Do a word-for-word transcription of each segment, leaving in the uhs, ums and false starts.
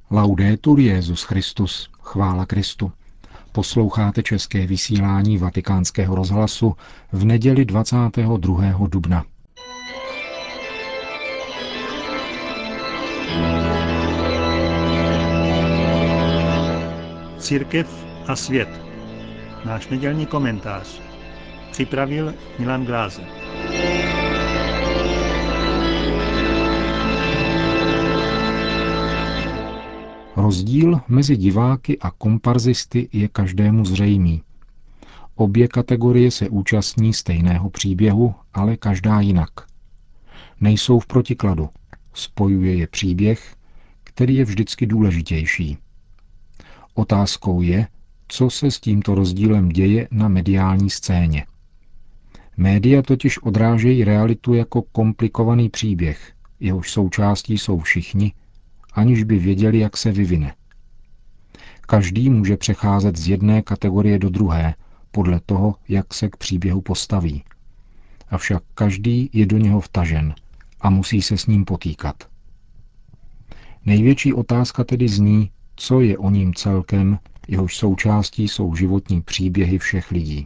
Laudetur Jesus Christus, chvála Kristu. Posloucháte české vysílání Vatikánského rozhlasu v neděli dvacátého druhého dubna. Církev a svět. Náš nedělní komentář. Připravil Milan Glázer. Rozdíl mezi diváky a komparzisty je každému zřejmý. Obě kategorie se účastní stejného příběhu, ale každá jinak. Nejsou v protikladu. Spojuje je příběh, který je vždycky důležitější. Otázkou je, co se s tímto rozdílem děje na mediální scéně. Média totiž odrážejí realitu jako komplikovaný příběh, jehož součástí jsou všichni, aniž by věděli, jak se vyvine. Každý může přecházet z jedné kategorie do druhé, podle toho, jak se k příběhu postaví. Avšak každý je do něho vtažen a musí se s ním potýkat. Největší otázka tedy zní, co je o ním celkem, jehož součástí jsou životní příběhy všech lidí.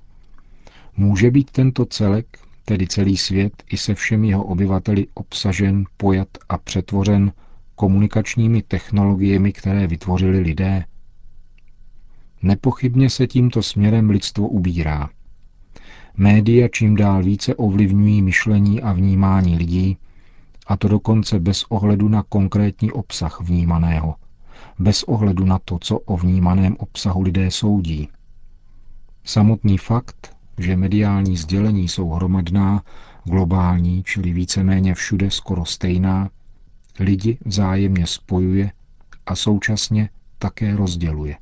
Může být tento celek, tedy celý svět, i se všemi jeho obyvateli obsažen, pojat a přetvořen komunikačními technologiemi, které vytvořili lidé? Nepochybně se tímto směrem lidstvo ubírá. Média čím dál více ovlivňují myšlení a vnímání lidí, a to dokonce bez ohledu na konkrétní obsah vnímaného, bez ohledu na to, co o vnímaném obsahu lidé soudí. Samotný fakt, že mediální sdělení jsou hromadná, globální, čili víceméně všude skoro stejná, lidi vzájemně spojuje a současně také rozděluje.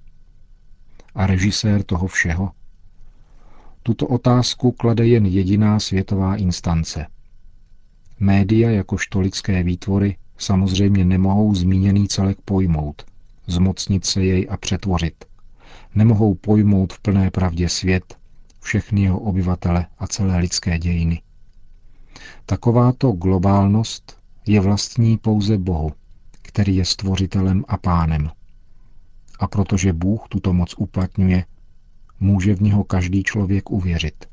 A režisér toho všeho? Tuto otázku klade jen jediná světová instance. Média jakožto lidské výtvory samozřejmě nemohou zmíněný celek pojmout, zmocnit se jej a přetvořit. Nemohou pojmout v plné pravdě svět, všechny jeho obyvatele a celé lidské dějiny. Takováto globálnost je vlastní pouze Bohu, který je stvořitelem a pánem. A protože Bůh tuto moc uplatňuje, může v něho každý člověk uvěřit.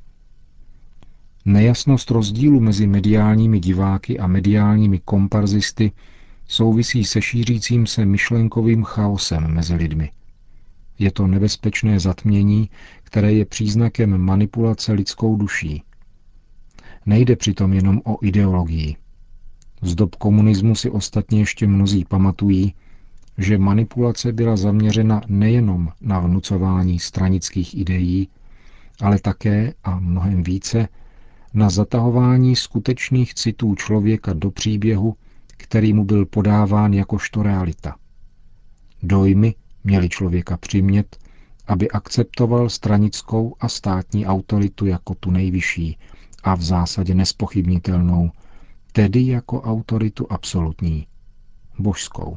Nejasnost rozdílu mezi mediálními diváky a mediálními komparzisty souvisí se šířícím se myšlenkovým chaosem mezi lidmi. Je to nebezpečné zatmění, které je příznakem manipulace lidskou duší. Nejde přitom jenom o ideologii. Z dob komunismu si ostatně ještě mnozí pamatují, že manipulace byla zaměřena nejenom na vnucování stranických ideí, ale také a mnohem více na zatahování skutečných citů člověka do příběhu, který mu byl podáván jakožto realita. Dojmy měly člověka přimět, aby akceptoval stranickou a státní autoritu jako tu nejvyšší a v zásadě nespochybnitelnou, tedy jako autoritu absolutní, božskou.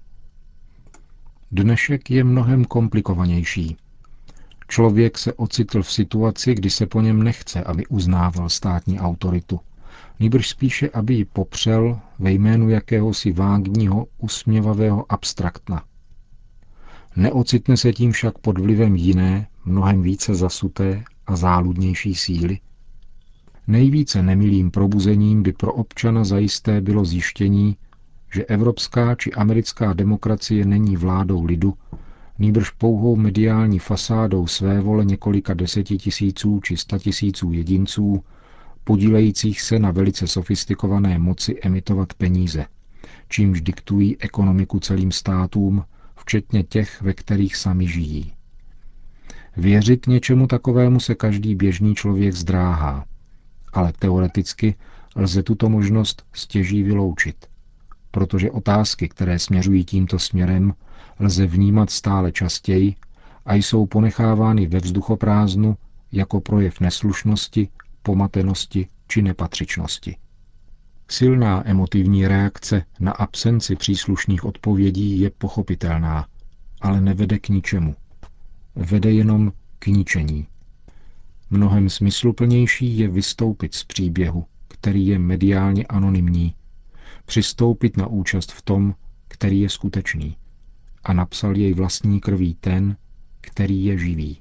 Dnešek je mnohem komplikovanější. Člověk se ocitl v situaci, kdy se po něm nechce, aby uznával státní autoritu, nýbrž spíše, aby ji popřel ve jménu jakéhosi vágního, usměvavého abstraktna. Neocitne se tím však pod vlivem jiné, mnohem více zasuté a záludnější síly? Nejvíce nemilým probuzením by pro občana zajisté bylo zjištění, že evropská či americká demokracie není vládou lidu, nýbrž pouhou mediální fasádou svévole několika desetitisíců či statisíců jedinců, podílejících se na velice sofistikované moci emitovat peníze, čímž diktují ekonomiku celým státům, včetně těch, ve kterých sami žijí. Věřit něčemu takovému se každý běžný člověk zdráhá, ale teoreticky lze tuto možnost stěží vyloučit, protože otázky, které směřují tímto směrem, lze vnímat stále častěji a jsou ponechávány ve vzduchoprázdnu jako projev neslušnosti, pomatenosti či nepatřičnosti. Silná emotivní reakce na absenci příslušných odpovědí je pochopitelná, ale nevede k ničemu. Vede jenom k ničení. Mnohem smysluplnější je vystoupit z příběhu, který je mediálně anonymní, přistoupit na účast v tom, který je skutečný, a napsal jej vlastní krví ten, který je živý.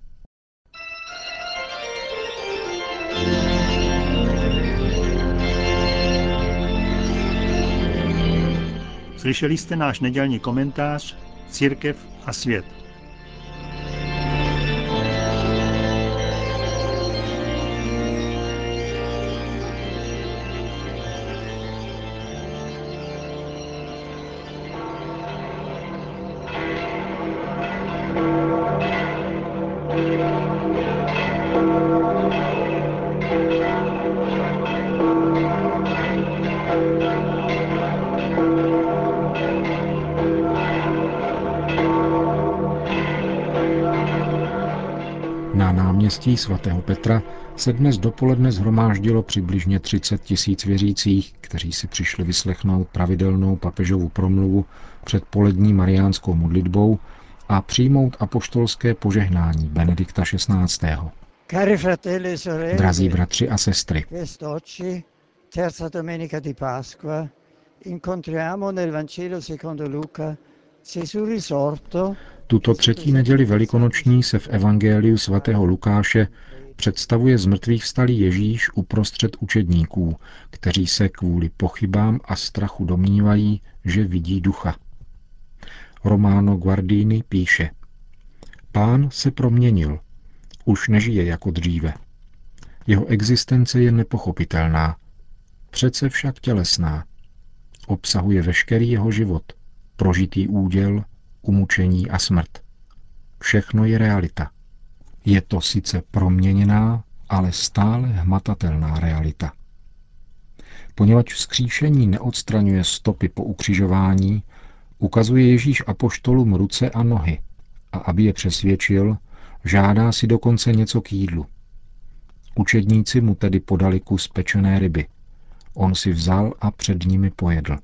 Slyšeli jste náš nedělní komentář Církev a svět. Na náměstí svatého Petra se dnes dopoledne shromáždilo přibližně třicet tisíc věřících, kteří si přišli vyslechnout pravidelnou papežovu promluvu před polední mariánskou modlitbou a přijmout apoštolské požehnání Benedikta šestnáctého. Cari fratelli e sorelle, Drazí bratři a sestry, quest'oggi, terza domenica di Pasqua, incontriamo nel Vangelo secondo Luca Gesù risorto. Tuto třetí neděli velikonoční se v evangeliu svatého Lukáše představuje zmrtvých vstalý Ježíš uprostřed učedníků, kteří se kvůli pochybám a strachu domnívají, že vidí ducha. Romano Guardini píše: Pán se proměnil, už nežije jako dříve. Jeho existence je nepochopitelná, přece však tělesná. Obsahuje veškerý jeho život, prožitý úděl, umučení a smrt. Všechno je realita. Je to sice proměněná, ale stále hmatatelná realita. Poněvadž vzkříšení neodstraňuje stopy po ukřižování, ukazuje Ježíš apoštolům ruce a nohy a aby je přesvědčil, žádá si dokonce něco k jídlu. Učedníci mu tedy podali kus pečené ryby. On si vzal a před nimi pojedl.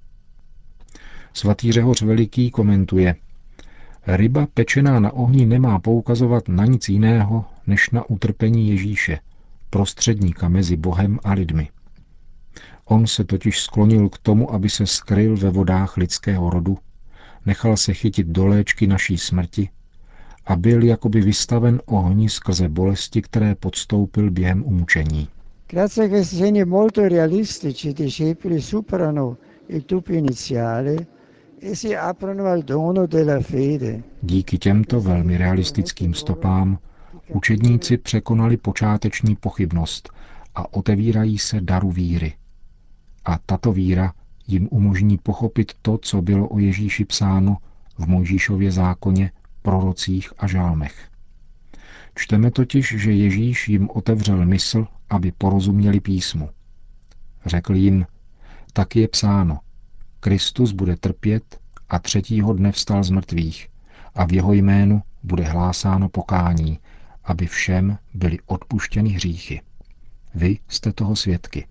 Svatý Řehoř Veliký komentuje: Ryba pečená na ohni nemá poukazovat na nic jiného, než na utrpení Ježíše, prostředníka mezi Bohem a lidmi. On se totiž sklonil k tomu, aby se skryl ve vodách lidského rodu, nechal se chytit do léčky naší smrti a byl jakoby vystaven ohni skrze bolesti, které podstoupil během umučení. Grazie a questi segni molto realistici, i discepoli superano il dubbio iniziale e si aprono al dono della fede. Díky těmto velmi realistickým stopám učedníci překonali počáteční pochybnost a otevírají se daru víry. A tato víra jim umožní pochopit to, co bylo o Ježíši psáno v Mojžíšově zákoně, prorocích a žálmech. Čteme totiž, že Ježíš jim otevřel mysl, aby porozuměli písmu. Řekl jim: tak je psáno, Kristus bude trpět a třetího dne vstal z mrtvých a v jeho jménu bude hlásáno pokání, aby všem byly odpuštěny hříchy. Vy jste toho svědky.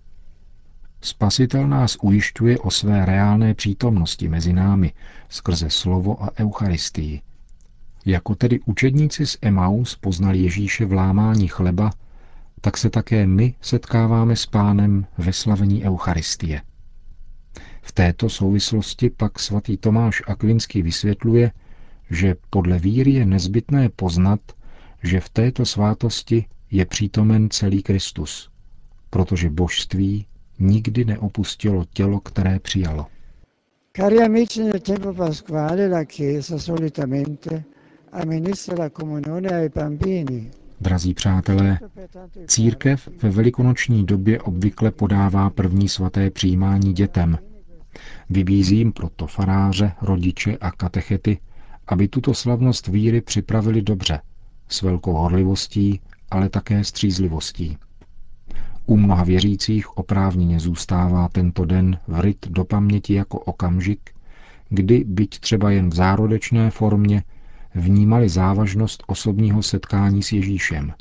Spasitel nás ujišťuje o své reálné přítomnosti mezi námi skrze slovo a eucharistii. Jako tedy učedníci z Emaus poznali Ježíše v lámání chleba, tak se také my setkáváme s Pánem ve slavení eucharistie. V této souvislosti pak svatý Tomáš Akvinský vysvětluje, že podle víry je nezbytné poznat, že v této svátosti je přítomen celý Kristus, protože božství nikdy neopustilo tělo, které přijalo. Cari amici, nel tempo pasquale la Chiesa solitamente amministra la comunione ai bambini. Drazí přátelé, církev ve velikonoční době obvykle podává první svaté přijímání dětem. Vybízím proto faráře, rodiče a katechety, aby tuto slavnost víry připravili dobře, s velkou horlivostí, ale také střízlivostí. U mnoha věřících oprávněně zůstává tento den vryt do paměti jako okamžik, kdy, byť třeba jen v zárodečné formě, vnímali závažnost osobního setkání s Ježíšem.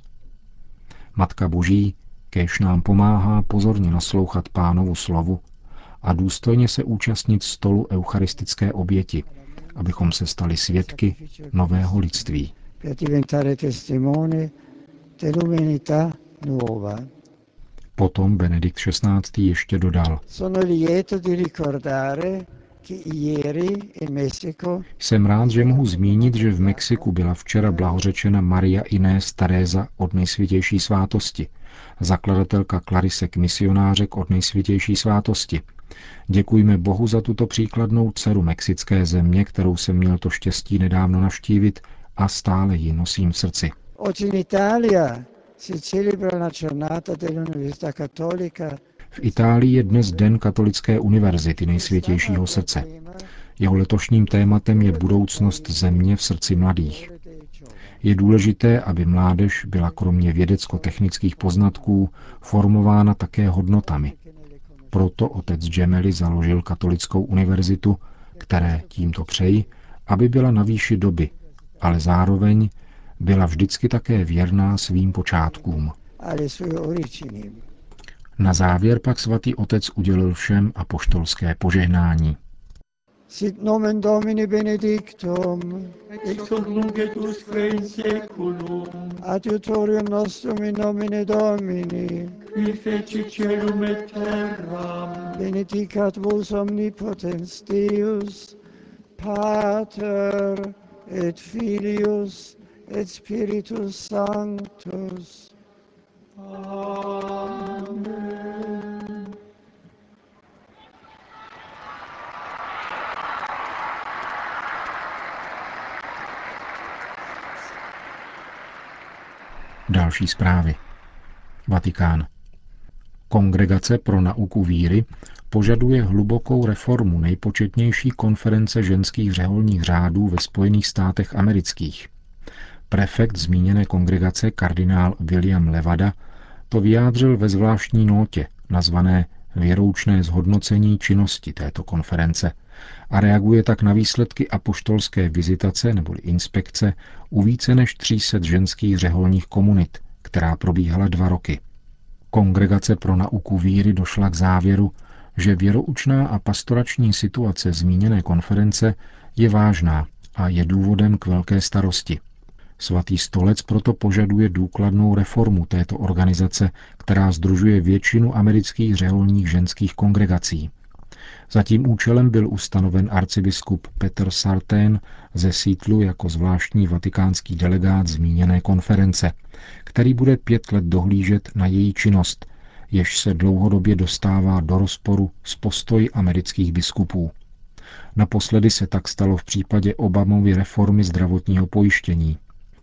Matka Boží kéž nám pomáhá pozorně naslouchat Pánovu slovu a důstojně se účastnit stolu eucharistické oběti, abychom se stali svědky nového lidství. Potom Benedikt šestnáctý ještě dodal: Sono lieto di ricordare Jsem rád, že mohu zmínit, že v Mexiku byla včera blahořečena Maria Inés Teresa od Nejsvětější svátosti, zakladatelka Klarisek misionářek od Nejsvětější svátosti. Děkujme Bohu za tuto příkladnou dceru mexické země, kterou jsem měl to štěstí nedávno navštívit a stále ji nosím v srdci. V Itálii je dnes Den katolické univerzity Nejsvětějšího srdce. Jeho letošním tématem je budoucnost země v srdci mladých. Je důležité, aby mládež byla kromě vědecko-technických poznatků formována také hodnotami. Proto otec Gemelli založil katolickou univerzitu, které tímto přeji, aby byla na výši doby, ale zároveň byla vždycky také věrná svým počátkům. Na závěr pak svatý otec udělil všem apoštolské požehnání. Sit nomen Domini benedictum, ex hoc nunc et usque in saeculum, adiutorium nostrum in nomine Domini, qui feci caelum et terram, benedicat vos omnipotens Deus, Pater et Filius et Spiritus Sanctus. Amen. Další zprávy. Vatikán. Kongregace pro nauku víry požaduje hlubokou reformu nejpočetnější konference ženských řeholních řádů ve Spojených státech amerických. Prefekt zmíněné kongregace kardinál William Levada to vyjádřil ve zvláštní nótě, nazvané Věroučné zhodnocení činnosti této konference, a reaguje tak na výsledky apoštolské vizitace neboli inspekce u více než tři sta ženských řeholních komunit, která probíhala dva roky. Kongregace pro nauku víry došla k závěru, že věroučná a pastorační situace zmíněné konference je vážná a je důvodem k velké starosti. Svatý stolec proto požaduje důkladnou reformu této organizace, která sdružuje většinu amerických řeholních ženských kongregací. Za tím účelem byl ustanoven arcibiskup Peter Sartain ze Seattlu jako zvláštní vatikánský delegát zmíněné konference, který bude pět let dohlížet na její činnost, jež se dlouhodobě dostává do rozporu s postoji amerických biskupů. Naposledy se tak stalo v případě Obamovy reformy zdravotního pojištění.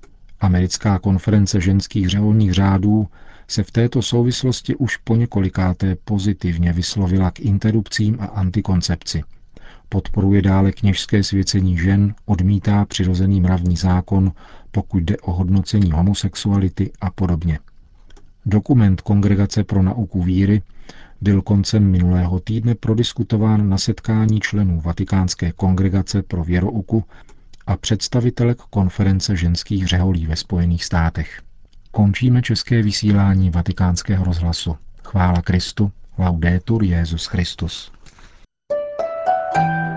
Americká konference ženských řeholních řádů se v této souvislosti už poněkolikáté pozitivně vyslovila k interrupcím a antikoncepci. Podporuje dále kněžské svěcení žen, odmítá přirozený mravní zákon, pokud jde o hodnocení homosexuality a podobně. Dokument Kongregace pro nauku víry byl koncem minulého týdne prodiskutován na setkání členů Vatikánské kongregace pro věrouku a představitelek konference ženských řeholí ve Spojených státech. Končíme české vysílání Vatikánského rozhlasu. Chvála Kristu, laudetur Jesus Christus.